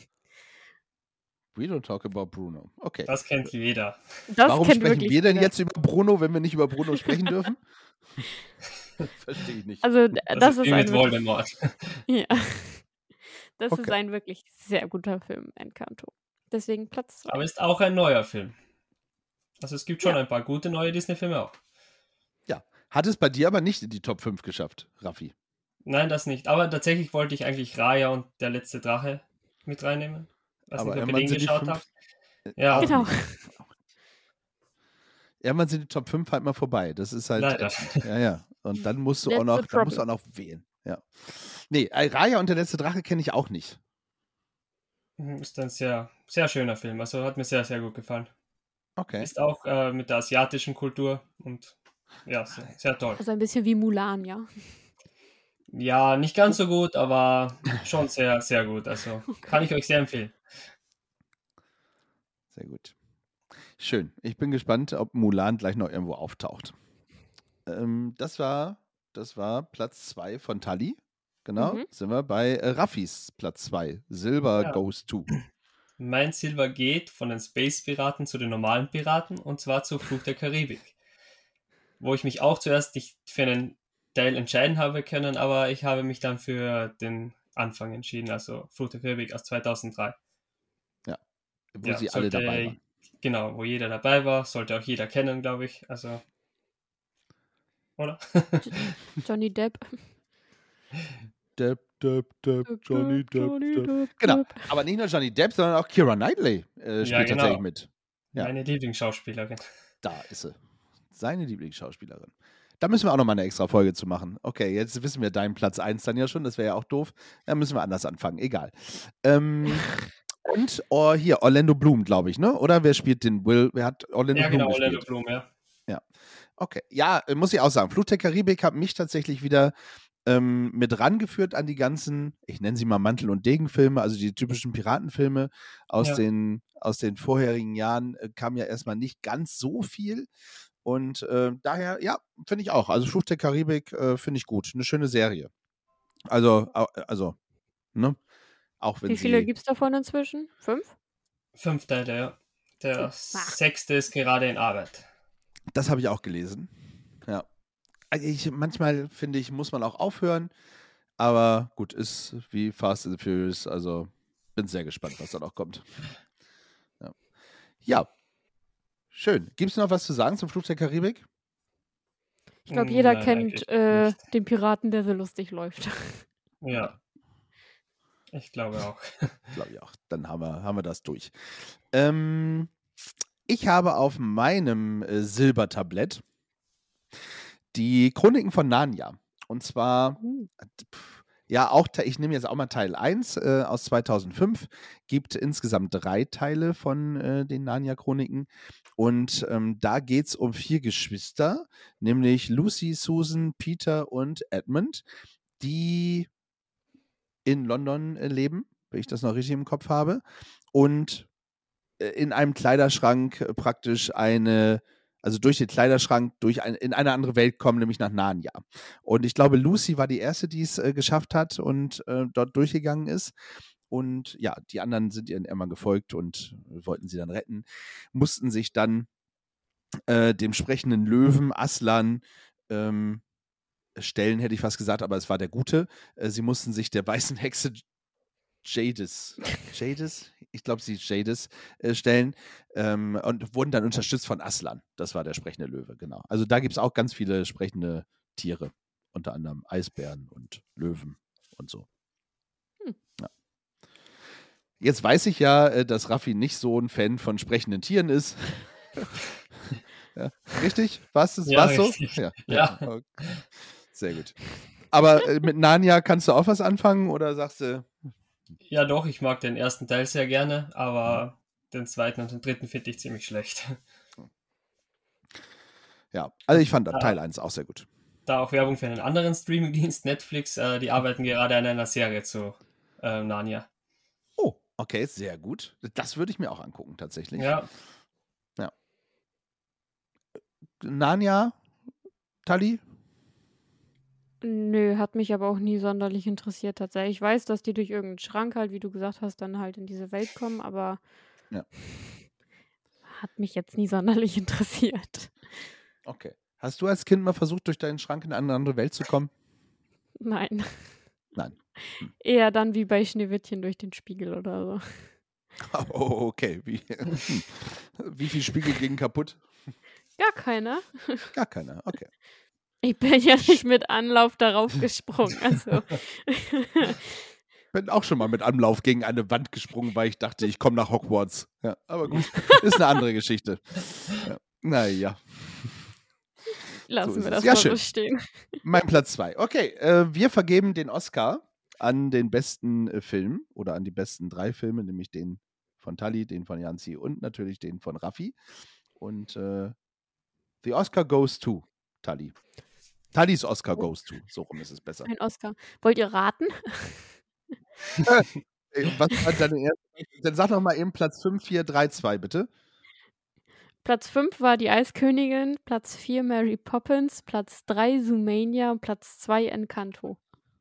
We don't talk about Bruno. Okay. Das kennt jeder. Warum sprechen wir denn jetzt über Bruno, wenn wir nicht über Bruno sprechen dürfen? Verstehe ich nicht. Also das ist wie ein mit Voldemort. Ja. Das ist ein wirklich sehr guter Film, Encanto. Deswegen Platz 2. Aber ist auch ein neuer Film. Also es gibt schon ein paar gute neue Disney-Filme auch. Ja. Hat es bei dir aber nicht in die Top 5 geschafft, Raffi? Nein, das nicht. Aber tatsächlich wollte ich eigentlich Raya und der letzte Drache mit reinnehmen. Weiß nicht, ob ihr den geschaut habt. Ja, genau. Irgendwann sind die Top 5 halt mal vorbei. Das ist halt. Leider. Ja. Und dann musst du auch noch wählen. Ja. Nee, Raya und der letzte Drache kenne ich auch nicht. Ist ein sehr, sehr schöner Film. Also hat mir sehr, sehr gut gefallen. Okay. Ist auch mit der asiatischen Kultur und ja, sehr, sehr toll. Also ein bisschen wie Mulan, ja. Ja, nicht ganz so gut, aber schon sehr, sehr gut. Also kann ich euch sehr empfehlen. Sehr gut. Schön. Ich bin gespannt, ob Mulan gleich noch irgendwo auftaucht. Das war Platz 2 von Tali. Genau. Sind wir bei Raffis Platz 2. Silber goes to. Mein Silber geht von den Space-Piraten zu den normalen Piraten und zwar zu Fluch der Karibik. Wo ich mich auch zuerst nicht für einen Teil entscheiden habe können, aber ich habe mich dann für den Anfang entschieden, also Fluch der Karibik aus 2003. Ja, wo sie alle dabei waren. Genau, wo jeder dabei war, sollte auch jeder kennen, glaube ich. Also, oder? Johnny Depp. Johnny Depp. Genau, aber nicht nur Johnny Depp, sondern auch Keira Knightley spielt tatsächlich mit. Ja. Meine Lieblingsschauspielerin. Da ist sie. Seine Lieblingsschauspielerin. Da müssen wir auch nochmal eine extra Folge zu machen. Okay, jetzt wissen wir deinen Platz 1 dann ja schon, das wäre ja auch doof. Da müssen wir anders anfangen, egal. Und hier, Orlando Bloom, glaube ich, ne? Oder wer spielt den Will? Wer hat Orlando Ja, Bloom genau, gespielt? Orlando Bloom, ja. Ja. Okay. Ja, muss ich auch sagen. Fluch der Karibik hat mich tatsächlich wieder mit rangeführt an die ganzen, ich nenne sie mal Mantel- und Degenfilme, also die typischen Piratenfilme aus Ja. den vorherigen Jahren kam ja erstmal nicht ganz so viel. Und daher, ja, finde ich auch. Also Fluch der Karibik finde ich gut. Eine schöne Serie. Also, ne? Auch wenn Wie viele sie. gibt es davon inzwischen? 5? 5 Teile, ja. Der Oh, 6. ist gerade in Arbeit. Das habe ich auch gelesen. Ja. Also manchmal finde ich, muss man auch aufhören. Aber gut, ist wie Fast and the Furious. Also bin sehr gespannt, was da noch kommt. Ja, schön. Gibt es noch was zu sagen zum Fluch der Karibik? Ich glaube, jeder Nein, kennt eigentlich nicht. den Piraten, der so lustig läuft. Ja, ich glaube auch. Glaube ich auch. Dann haben wir das durch. Ich habe auf meinem Silbertablett die Chroniken von Narnia. Und zwar, ja, auch, ich nehme jetzt auch mal Teil 1 aus 2005. Gibt insgesamt 3 Teile von den Narnia-Chroniken. Und da geht es um 4 Geschwister, nämlich Lucy, Susan, Peter und Edmund, die in London leben, wenn ich das noch richtig im Kopf habe. Und in einem Kleiderschrank praktisch also durch den Kleiderschrank in eine andere Welt kommen, nämlich nach Narnia. Und ich glaube, Lucy war die erste, die es geschafft hat und dort durchgegangen ist. Und ja, die anderen sind ihr immer gefolgt und wollten sie dann retten, mussten sich dann dem sprechenden Löwen Aslan stellen, hätte ich fast gesagt, aber es war der Gute. Sie mussten sich der weißen Hexe Jadis, ich glaube, sie ist Jadis, stellen und wurden dann unterstützt von Aslan. Das war der sprechende Löwe, genau. Also da gibt es auch ganz viele sprechende Tiere, unter anderem Eisbären und Löwen und so. Ja. Jetzt weiß ich ja, dass Raffi nicht so ein Fan von sprechenden Tieren ist. Ja, richtig? War's so? Richtig. Ja. Okay. Sehr gut. Aber mit Narnia kannst du auch was anfangen oder sagst du? Ja, doch, ich mag den ersten Teil sehr gerne, aber den zweiten und den dritten finde ich ziemlich schlecht. Ja, also ich fand Teil 1 auch sehr gut. Da auch Werbung für einen anderen Streamingdienst, Netflix, die arbeiten gerade an einer Serie zu Narnia. Oh, okay, sehr gut. Das würde ich mir auch angucken, tatsächlich. Ja. Narnia, Tali? Nö, hat mich aber auch nie sonderlich interessiert tatsächlich. Ich weiß, dass die durch irgendeinen Schrank halt, wie du gesagt hast, dann halt in diese Welt kommen, aber Ja. hat mich jetzt nie sonderlich interessiert. Okay. Hast du als Kind mal versucht, durch deinen Schrank in eine andere Welt zu kommen? Nein. Nein. Eher dann wie bei Schneewittchen durch den Spiegel oder so. Oh, okay. Wie viele Spiegel gingen kaputt? Gar keiner. Gar keiner, okay. Ich bin ja nicht mit Anlauf darauf gesprungen. Also. Ich bin auch schon mal mit Anlauf gegen eine Wand gesprungen, weil ich dachte, ich komme nach Hogwarts. Ja, aber gut, ist eine andere Geschichte. Ja. Naja. Lassen wir das ja, mal schön. so stehen. Mein Platz 2. Okay, wir vergeben den Oscar an den besten Film oder an die besten 3 Filme, nämlich den von Tali, den von Janzi und natürlich den von Raffi. Und the Oscar goes to Tali. Talis Oscar goes to. So rum ist es besser. Ein Oscar. Wollt ihr raten? Was war deine erste? Dann sag noch mal eben Platz 5, 4, 3, 2, bitte. Platz 5 war die Eiskönigin, Platz 4 Mary Poppins, Platz 3 Zoomania und Platz 2 Encanto.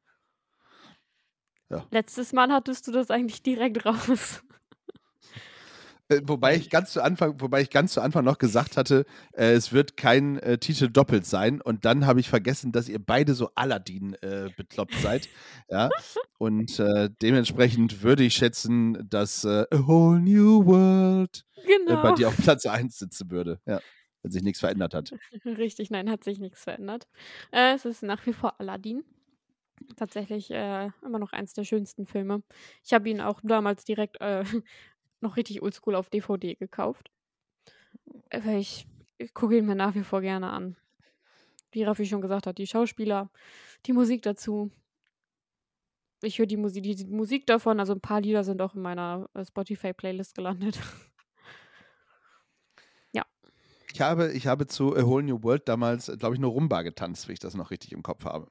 Ja. Letztes Mal hattest du das eigentlich direkt raus. Wobei ich ganz zu Anfang noch gesagt hatte, es wird kein Titel doppelt sein. Und dann habe ich vergessen, dass ihr beide so Aladdin bekloppt seid. Ja. Und dementsprechend würde ich schätzen, dass A Whole New World bei dir auf Platz 1 sitzen würde. Ja. Wenn sich nichts verändert hat. Richtig, nein, hat sich nichts verändert. Es ist nach wie vor Aladdin. Tatsächlich immer noch eins der schönsten Filme. Ich habe ihn auch damals direkt noch richtig oldschool auf DVD gekauft. Ich gucke ihn mir nach wie vor gerne an. Wie Raffi schon gesagt hat, die Schauspieler, die Musik dazu. ich höre die Musik davon, also ein paar Lieder sind auch in meiner Spotify-Playlist gelandet. Ja. Ich habe zu A Whole New World damals, glaube ich, nur Rumba getanzt, wenn ich das noch richtig im Kopf habe.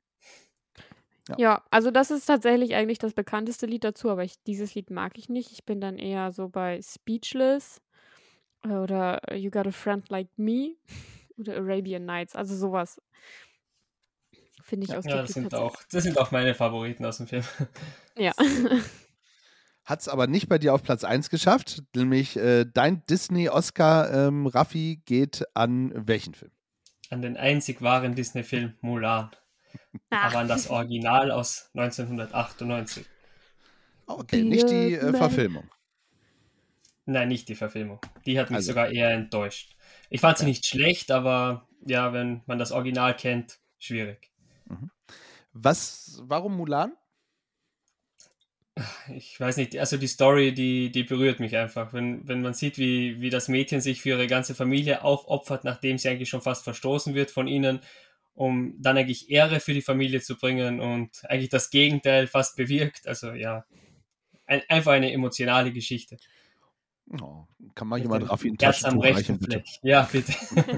Ja, also das ist tatsächlich eigentlich das bekannteste Lied dazu, aber dieses Lied mag ich nicht. Ich bin dann eher so bei Speechless oder You Got a Friend Like Me oder Arabian Nights, also sowas finde ich aus Ja, der das Typ sind auch meine Favoriten aus dem Film. Ja. Hat es aber nicht bei dir auf Platz 1 geschafft, nämlich dein Disney-Oscar, Raffi, geht an welchen Film? An den einzig wahren Disney-Film Mulan. Aber an das Original aus 1998. Okay, nicht die Verfilmung. Nein, nicht die Verfilmung. Die hat mich Also. sogar eher enttäuscht. Ich fand sie Okay. nicht schlecht, aber ja, wenn man das Original kennt, schwierig. Mhm. Warum Mulan? Ich weiß nicht, also die Story, die berührt mich einfach. Wenn man sieht, wie das Mädchen sich für ihre ganze Familie aufopfert, nachdem sie eigentlich schon fast verstoßen wird von ihnen, um dann eigentlich Ehre für die Familie zu bringen und eigentlich das Gegenteil fast bewirkt. Also ja, einfach eine emotionale Geschichte. Oh, kann mal Mit jemand dem Raffi ein Herz am Taschentuch reichen, rechten bitte? Fleck. Ja, bitte.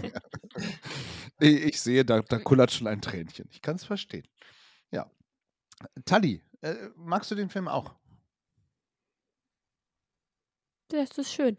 Ich sehe, da kullert schon ein Tränchen. Ich kann es verstehen. Ja. Tali, magst du den Film auch? Das ist schön.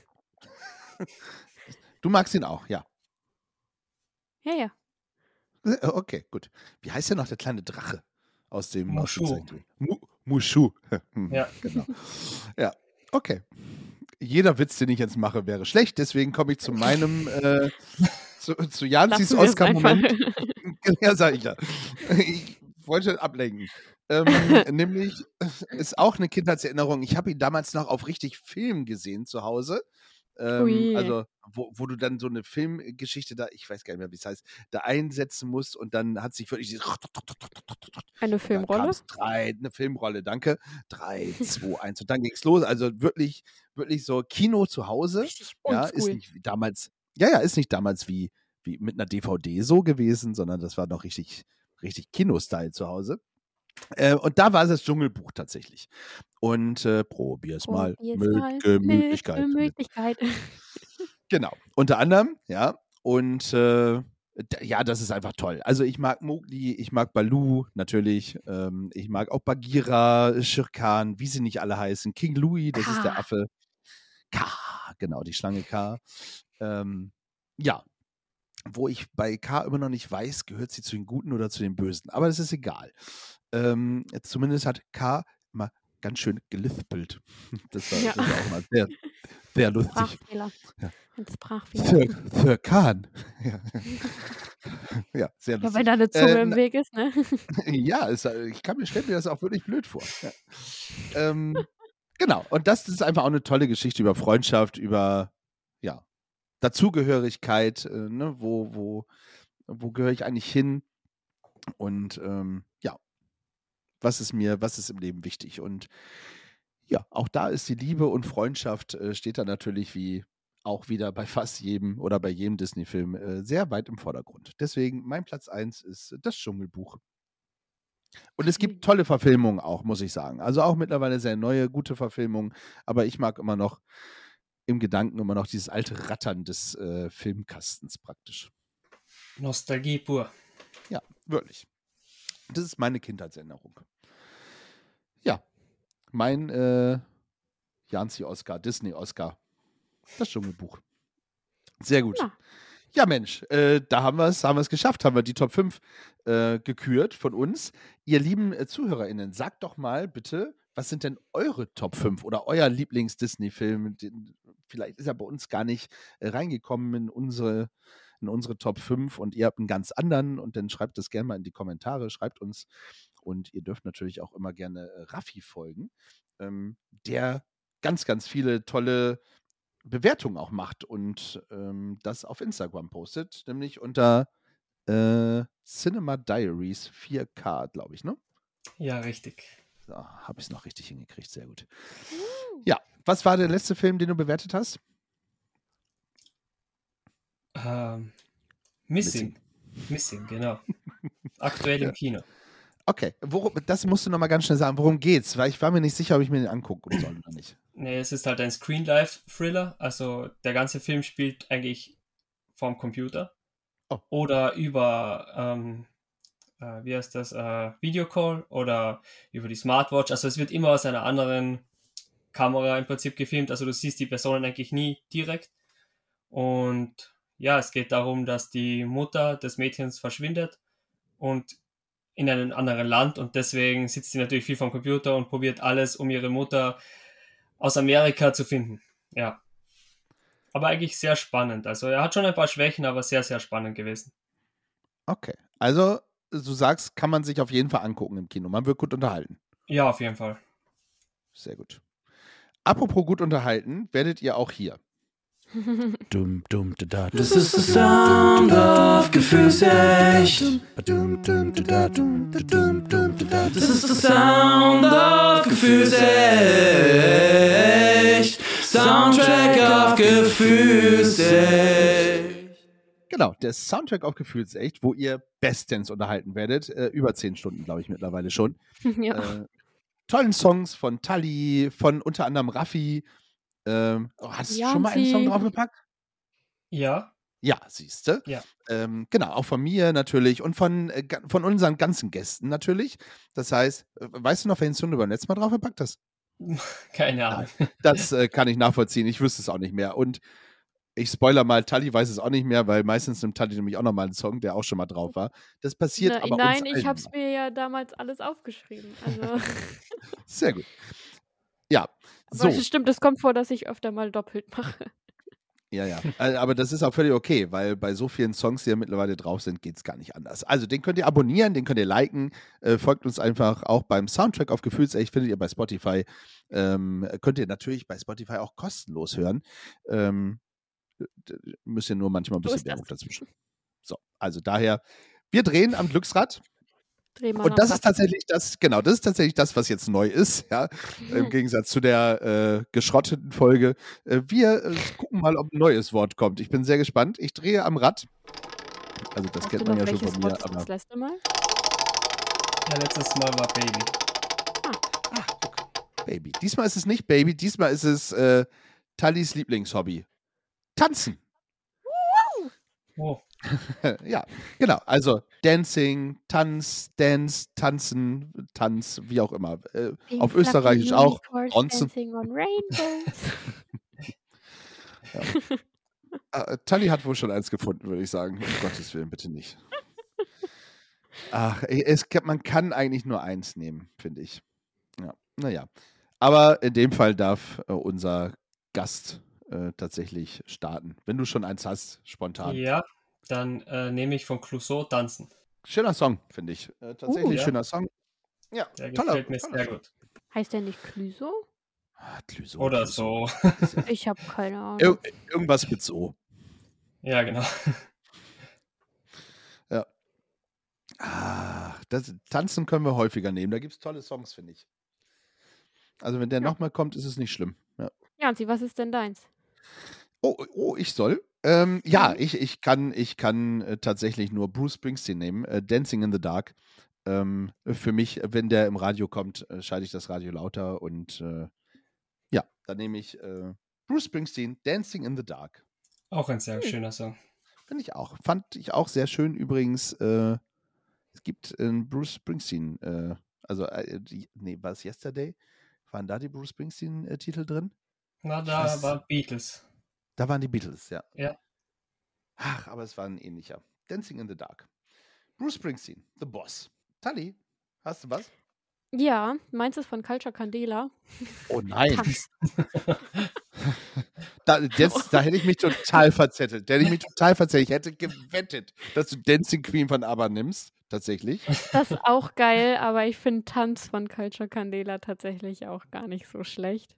Du magst ihn auch, ja. Ja. Okay, gut. Wie heißt denn noch der kleine Drache aus dem Mushu. Zeichentrick? Mushu. Ja. Genau. Ja, okay. Jeder Witz, den ich jetzt mache, wäre schlecht. Deswegen komme ich zu meinem, zu Janzis Oscar-Moment. Ja, sag ich ja. Ich wollte ablenken. Nämlich ist auch eine Kindheitserinnerung. Ich habe ihn damals noch auf richtig Film gesehen zu Hause. Also, wo du dann so eine Filmgeschichte da, ich weiß gar nicht mehr, wie es heißt, da einsetzen musst und dann hat sich wirklich eine Filmrolle? Eine Filmrolle, danke. 3, 2, 1 und dann ging's los. Also wirklich, wirklich so Kino zu Hause. Richtig Ja, oldschool. ist nicht wie damals, ist nicht damals wie mit einer DVD so gewesen, sondern das war noch richtig Kino-Style zu Hause. Und da war es das Dschungelbuch tatsächlich. Und probier's mal mit Gemütlichkeit. Genau, unter anderem, ja. Und ja, das ist einfach toll. Also ich mag Mowgli, ich mag Baloo natürlich, ich mag auch Bagheera, Shere Khan, wie sie nicht alle heißen. King Louie, das ist der Affe. K, genau, die Schlange K. Ja, wo ich bei K immer noch nicht weiß, gehört sie zu den Guten oder zu den Bösen. Aber das ist egal. Zumindest hat K mal ganz schön gelispelt. Das war auch mal sehr, sehr lustig. Sprachfehler. Ja. Ein Sprachfehler. Für Khan. Ja, sehr lustig. Ja, wenn da eine Zunge im Weg ist, ne? Ja, stelle mir das auch wirklich blöd vor. Ja. Genau, und das ist einfach auch eine tolle Geschichte über Freundschaft, über Dazugehörigkeit, ne? Wo gehöre ich eigentlich hin? Und was ist im Leben wichtig? Und ja, auch da ist die Liebe und Freundschaft steht da natürlich wie auch wieder bei fast jedem oder bei jedem Disney-Film sehr weit im Vordergrund. Deswegen mein Platz 1 ist das Dschungelbuch. Und es gibt tolle Verfilmungen auch, muss ich sagen. Also auch mittlerweile sehr neue, gute Verfilmungen. Aber ich mag immer noch im Gedanken immer noch dieses alte Rattern des Filmkastens praktisch. Nostalgie pur. Ja, wirklich. Das ist meine Kindheitserinnerung. Ja, mein Janzi-Oscar, Disney-Oscar, das Dschungelbuch. Sehr gut. Ja, Mensch, da haben wir es geschafft, haben wir die Top 5 gekürt von uns. Ihr lieben ZuhörerInnen, sagt doch mal bitte, was sind denn eure Top 5 oder euer Lieblings-Disney-Film? Vielleicht ist er bei uns gar nicht reingekommen in unsere Top 5 und ihr habt einen ganz anderen und dann schreibt das gerne mal in die Kommentare, schreibt uns und ihr dürft natürlich auch immer gerne Raffi folgen, der ganz, ganz viele tolle Bewertungen auch macht und das auf Instagram postet, nämlich unter Cinema Diaries 4K, glaube ich, ne? Ja, richtig. So, habe ich es noch richtig hingekriegt, sehr gut. Ja, was war der letzte Film, den du bewertet hast? Missing, genau. Aktuell im Kino. Okay, das musst du nochmal ganz schnell sagen. Worum geht's? Weil ich war mir nicht sicher, ob ich mir den angucken soll oder nicht. Nee, es ist halt ein Screen-Life-Thriller. Also der ganze Film spielt eigentlich vorm Computer. Oh. Oder über, wie heißt das, Videocall oder über die Smartwatch. Also es wird immer aus einer anderen Kamera im Prinzip gefilmt. Also du siehst die Personen eigentlich nie direkt. Und ja, es geht darum, dass die Mutter des Mädchens verschwindet und in einem anderen Land, und deswegen sitzt sie natürlich viel vom Computer und probiert alles, um ihre Mutter aus Amerika zu finden. Ja. Aber eigentlich sehr spannend. Also er hat schon ein paar Schwächen, aber sehr, sehr spannend gewesen. Okay, also du sagst, kann man sich auf jeden Fall angucken im Kino. Man wird gut unterhalten. Ja, auf jeden Fall. Sehr gut. Apropos gut unterhalten, werdet ihr auch hier. Dum, dum, da, da, Das ist der Sound of Gefühlsecht. Das ist der Sound of Gefühlsecht. Soundtrack auf Gefühlsecht. Genau, der Soundtrack auf Gefühlsecht, wo ihr bestens unterhalten werdet. Über 10 Stunden, glaube ich, mittlerweile schon. Ja. Tollen Songs von Tully, von unter anderem Raffi. Hast du schon mal einen Song draufgepackt? Ja. Ja, siehst du. Ja. Genau, auch von mir natürlich und von unseren ganzen Gästen natürlich. Das heißt, weißt du noch, welchen Song du beim letzten Mal draufgepackt hast? Keine Ahnung. Das kann ich nachvollziehen. Ich wüsste es auch nicht mehr. Und ich spoiler mal, Tully weiß es auch nicht mehr, weil meistens nimmt Tully nämlich auch nochmal einen Song, der auch schon mal drauf war. Das passiert aber Nein, uns ich habe allen es mir ja damals alles aufgeschrieben. Also. Sehr gut. Ja, aber es stimmt, es kommt vor, dass ich öfter mal doppelt mache. Ja. Aber das ist auch völlig okay, weil bei so vielen Songs, die ja mittlerweile drauf sind, geht es gar nicht anders. Also den könnt ihr abonnieren, den könnt ihr liken, folgt uns einfach auch beim Soundtrack auf Gefühlsecht, findet ihr bei Spotify. Könnt ihr natürlich bei Spotify auch kostenlos hören. Müsst ihr nur manchmal ein bisschen Werbung dazwischen. So, also daher, wir drehen am Glücksrad. Und das ist tatsächlich das ist das, was jetzt neu ist, ja, im Gegensatz zu der geschrotteten Folge. Wir gucken mal, ob ein neues Wort kommt. Ich bin sehr gespannt. Ich drehe am Rad. Also das kennt man ja schon von mir. Aber das letzte Mal? Ja, letztes Mal war Baby. Baby. Diesmal ist es nicht Baby, diesmal ist es Tullys Lieblingshobby. Tanzen. Oh. Ja, genau. Also Dancing, Tanz, Dance, Tanzen, Tanz, wie auch immer. Auf Österreichisch auch. Dancing on Rainbows. Ja. Tully hat wohl schon eins gefunden, würde ich sagen. Um Gottes Willen, bitte nicht. Ach, man kann eigentlich nur eins nehmen, finde ich. Ja, naja. Aber in dem Fall darf unser Gast tatsächlich starten. Wenn du schon eins hast, spontan. Ja. Dann nehme ich von Clouseau Tanzen. Schöner Song, finde ich. Tatsächlich schöner Song. Ja, der gefällt mir sehr gut. Heißt der nicht Clouseau? Clouseau. Oder so. Ich habe keine Ahnung. Irgendwas mit so. Ja, genau. Ja. Tanzen können wir häufiger nehmen. Da gibt es tolle Songs, finde ich. Also wenn der nochmal kommt, ist es nicht schlimm. Ja, Janzi, was ist denn deins? Oh, ich soll? Ja, ich kann tatsächlich nur Bruce Springsteen nehmen. Dancing in the Dark. Für mich, wenn der im Radio kommt, schalte ich das Radio lauter und ja, dann nehme ich Bruce Springsteen, Dancing in the Dark. Auch ein sehr schöner Song. Finde ich auch. Fand ich auch sehr schön. Übrigens, es gibt Bruce Springsteen, war es Yesterday? Waren da die Bruce Springsteen-Titel drin? Na, da war Beatles. Da waren die Beatles, ja. Ja. Ach, aber es war ein ähnlicher. Dancing in the Dark. Bruce Springsteen, The Boss. Tully, hast du was? Ja, meins ist von Culture Candela. Oh nein. Da hätte ich mich total verzettelt. Ich hätte gewettet, dass du Dancing Queen von ABBA nimmst. Tatsächlich. Das ist auch geil, aber ich finde Tanz von Culture Candela tatsächlich auch gar nicht so schlecht.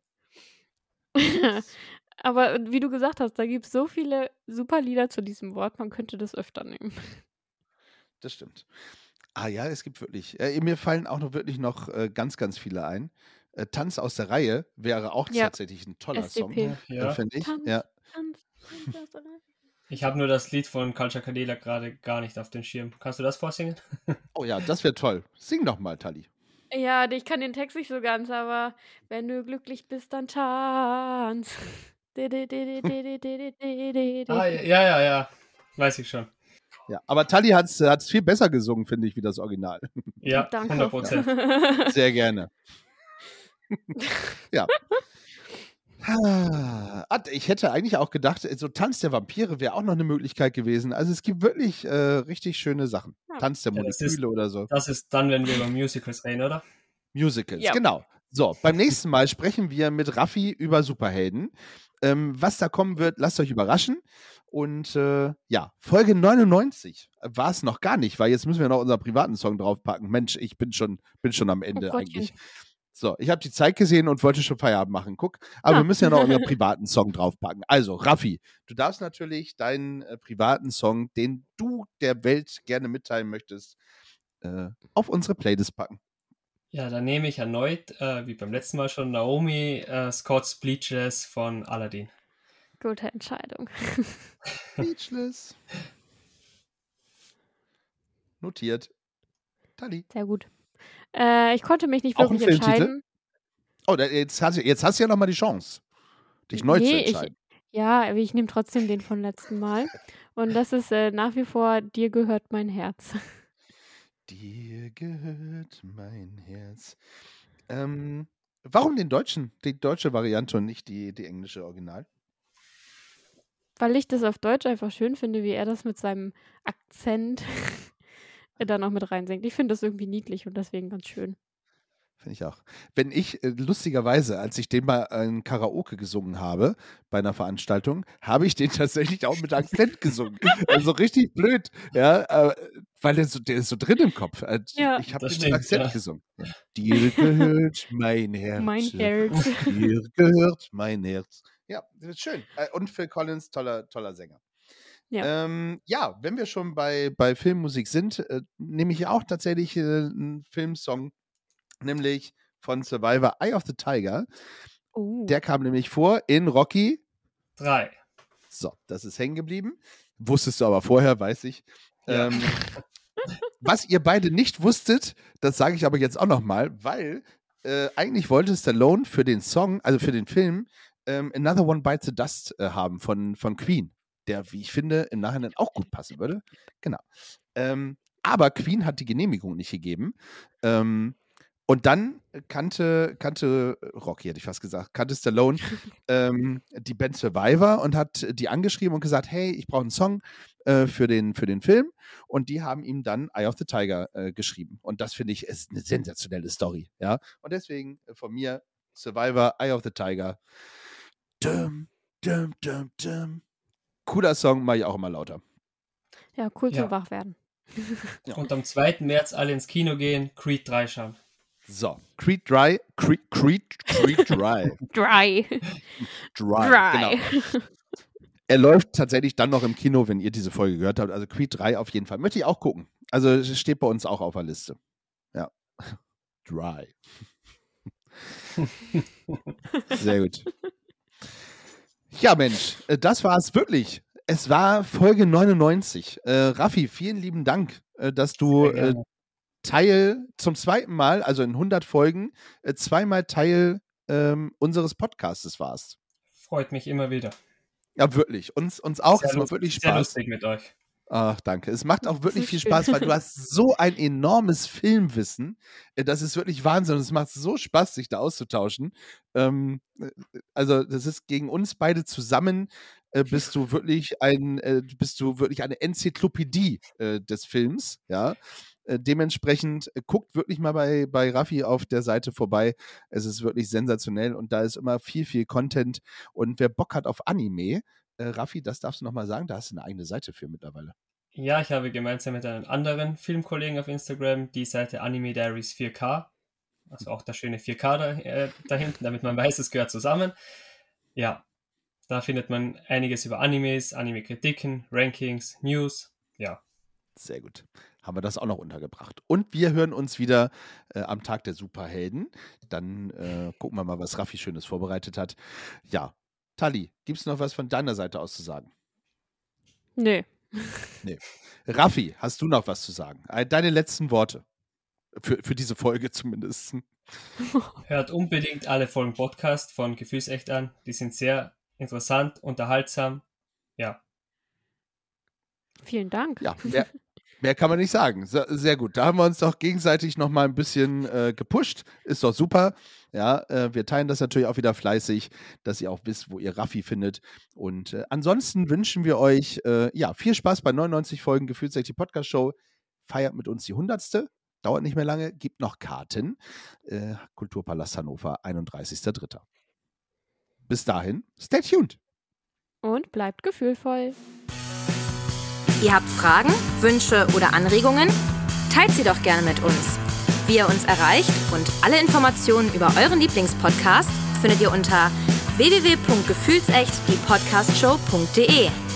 Aber wie du gesagt hast, da gibt es so viele super Lieder zu diesem Wort, man könnte das öfter nehmen. Das stimmt. Ja, es gibt wirklich. Mir fallen auch wirklich noch ganz, ganz viele ein. Tanz aus der Reihe wäre auch tatsächlich ein toller SDP. Song, finde ich. Tanz, Ja. Tanz aus der Reihe. Ich habe nur das Lied von Culture Candela gerade gar nicht auf den Schirm. Kannst du das vorsingen? Oh ja, das wäre toll. Sing doch mal, Tali. Ja, ich kann den Text nicht so ganz, aber wenn du glücklich bist, dann tanz. Ja. Weiß ich schon. Ja, aber Tali hat's viel besser gesungen, finde ich, wie das Original. Ja, Danke. 100%. Sehr gerne. Ja. Ich hätte eigentlich auch gedacht, so Tanz der Vampire wäre auch noch eine Möglichkeit gewesen. Also es gibt wirklich richtig schöne Sachen. Ja. Tanz der Ja, das Moleküle oder so. Das ist dann, wenn wir über Musicals reden, oder? Musicals, Ja. genau. So, beim nächsten Mal sprechen wir mit Raffi über Superhelden. Was da kommen wird, lasst euch überraschen. Und ja, Folge 99 war es noch gar nicht, weil jetzt müssen wir noch unseren privaten Song draufpacken. Mensch, ich bin schon am Ende Gottchen. eigentlich. So, ich habe die Zeit gesehen und wollte schon Feierabend machen. Guck, aber wir müssen ja noch unseren privaten Song draufpacken. Also, Raffi, du darfst natürlich deinen privaten Song, den du der Welt gerne mitteilen möchtest, auf unsere Playlist packen. Ja, dann nehme ich erneut, wie beim letzten Mal schon, Naomi Scott's Bleachless von Aladdin. Gute Entscheidung. Speechless. Notiert. Tali. Sehr gut. Ich konnte mich nicht Auch ein wirklich Filmtitel? entscheiden. Oh, jetzt hast du ja nochmal die Chance, dich neu zu Nee, entscheiden. aber ich nehme trotzdem den von letzten Mal. Und das ist nach wie vor Dir gehört mein Herz. Dir gehört mein Herz. Warum die deutsche Variante und nicht die englische Original? Weil ich das auf Deutsch einfach schön finde, wie er das mit seinem Akzent da noch mit reinsingt. Ich finde das irgendwie niedlich und deswegen ganz schön. Finde ich auch. Wenn ich, lustigerweise, als ich den mal in Karaoke gesungen habe, bei einer Veranstaltung, habe ich den tatsächlich auch mit Akzent gesungen. Also richtig blöd, ja, weil der ist so drin im Kopf. Ja. Ich habe Das den mit stimmt, Akzent ja. gesungen. Dir gehört mein Herz. Mein Herz. Dir gehört mein Herz. Ja, das ist schön. Und Phil Collins, toller Sänger. Ja. Ja, wenn wir schon bei Filmmusik sind, nehme ich auch tatsächlich einen Filmsong, nämlich von Survivor, Eye of the Tiger. Oh. Der kam nämlich vor in Rocky. 3. So, das ist hängen geblieben. Wusstest du aber vorher, weiß ich. Ja. Was ihr beide nicht wusstet, das sage ich aber jetzt auch nochmal, weil eigentlich wollte Stallone für den Song, also für den Film, Another One Bites the Dust haben von Queen, der, wie ich finde, im Nachhinein auch gut passen würde. Genau. Aber Queen hat die Genehmigung nicht gegeben. Und dann kannte Rocky, hätte ich fast gesagt, kannte Stallone die Band Survivor und hat die angeschrieben und gesagt, hey, ich brauche einen Song für den Film. Und die haben ihm dann Eye of the Tiger geschrieben. Und das finde ich ist eine sensationelle Story. Ja? Und deswegen von mir Survivor, Eye of the Tiger. Dum, dum, dum, dum. Cooler Song, mache ich auch immer lauter. Ja, cool Ja. zum Wachwerden. Ja. Und am 2. März alle ins Kino gehen, Creed 3 schauen. So, Creed Dry. Dry. Dry. Genau. Er läuft tatsächlich dann noch im Kino, wenn ihr diese Folge gehört habt. Also Creed 3 auf jeden Fall. Möchte ich auch gucken. Also es steht bei uns auch auf der Liste. Ja. Dry. Sehr gut. Ja, Mensch, das war es wirklich. Es war Folge 99. Raffi, vielen lieben Dank, dass du Sehr gerne. Teil zum zweiten Mal, also in 100 Folgen, zweimal Teil unseres Podcastes warst. Freut mich immer wieder. Ja, wirklich. Uns auch. Sehr Es macht wirklich Sehr Spaß. lustig mit euch. Ach, danke. Es macht auch wirklich ist viel schön. Spaß, weil du hast so ein enormes Filmwissen. Das ist wirklich Wahnsinn. Und es macht so Spaß, sich da auszutauschen. Also, das ist gegen uns beide zusammen, bist du wirklich eine Enzyklopädie des Films, ja. Dementsprechend guckt wirklich mal bei Raffi auf der Seite vorbei. Es ist wirklich sensationell und da ist immer viel Content. Und wer Bock hat auf Anime, Raffi, das darfst du nochmal sagen, da hast du eine eigene Seite für mittlerweile. Ja, ich habe gemeinsam mit einem anderen Filmkollegen auf Instagram die Seite Anime Diaries 4K. Also auch das schöne 4K da hinten, damit man weiß, es gehört zusammen. Ja, da findet man einiges über Animes, Anime-Kritiken, Rankings, News. Ja. Sehr gut. Haben wir das auch noch untergebracht. Und wir hören uns wieder am Tag der Superhelden. Dann gucken wir mal, was Raffi Schönes vorbereitet hat. Ja, Tali, gibt es noch was von deiner Seite aus zu sagen? Nee. Raffi, hast du noch was zu sagen? Deine letzten Worte. Für diese Folge zumindest. Hört unbedingt alle Folgen Podcast von Gefühlsecht an. Die sind sehr interessant, unterhaltsam. Ja. Vielen Dank. Ja, mehr kann man nicht sagen. Sehr gut. Da haben wir uns doch gegenseitig noch mal ein bisschen gepusht. Ist doch super. Ja, wir teilen das natürlich auch wieder fleißig, dass ihr auch wisst, wo ihr Raffi findet. Und ansonsten wünschen wir euch viel Spaß bei 99 Folgen Gefühlsecht, die Podcast-Show. Feiert mit uns die 100. Dauert nicht mehr lange. Gibt noch Karten. Kulturpalast Hannover, 31.03. Bis dahin, stay tuned. Und bleibt gefühlvoll. Ihr habt Fragen, Wünsche oder Anregungen? Teilt sie doch gerne mit uns. Wie ihr uns erreicht und alle Informationen über euren Lieblingspodcast findet ihr unter www.gefühlsecht-die-podcastshow.de.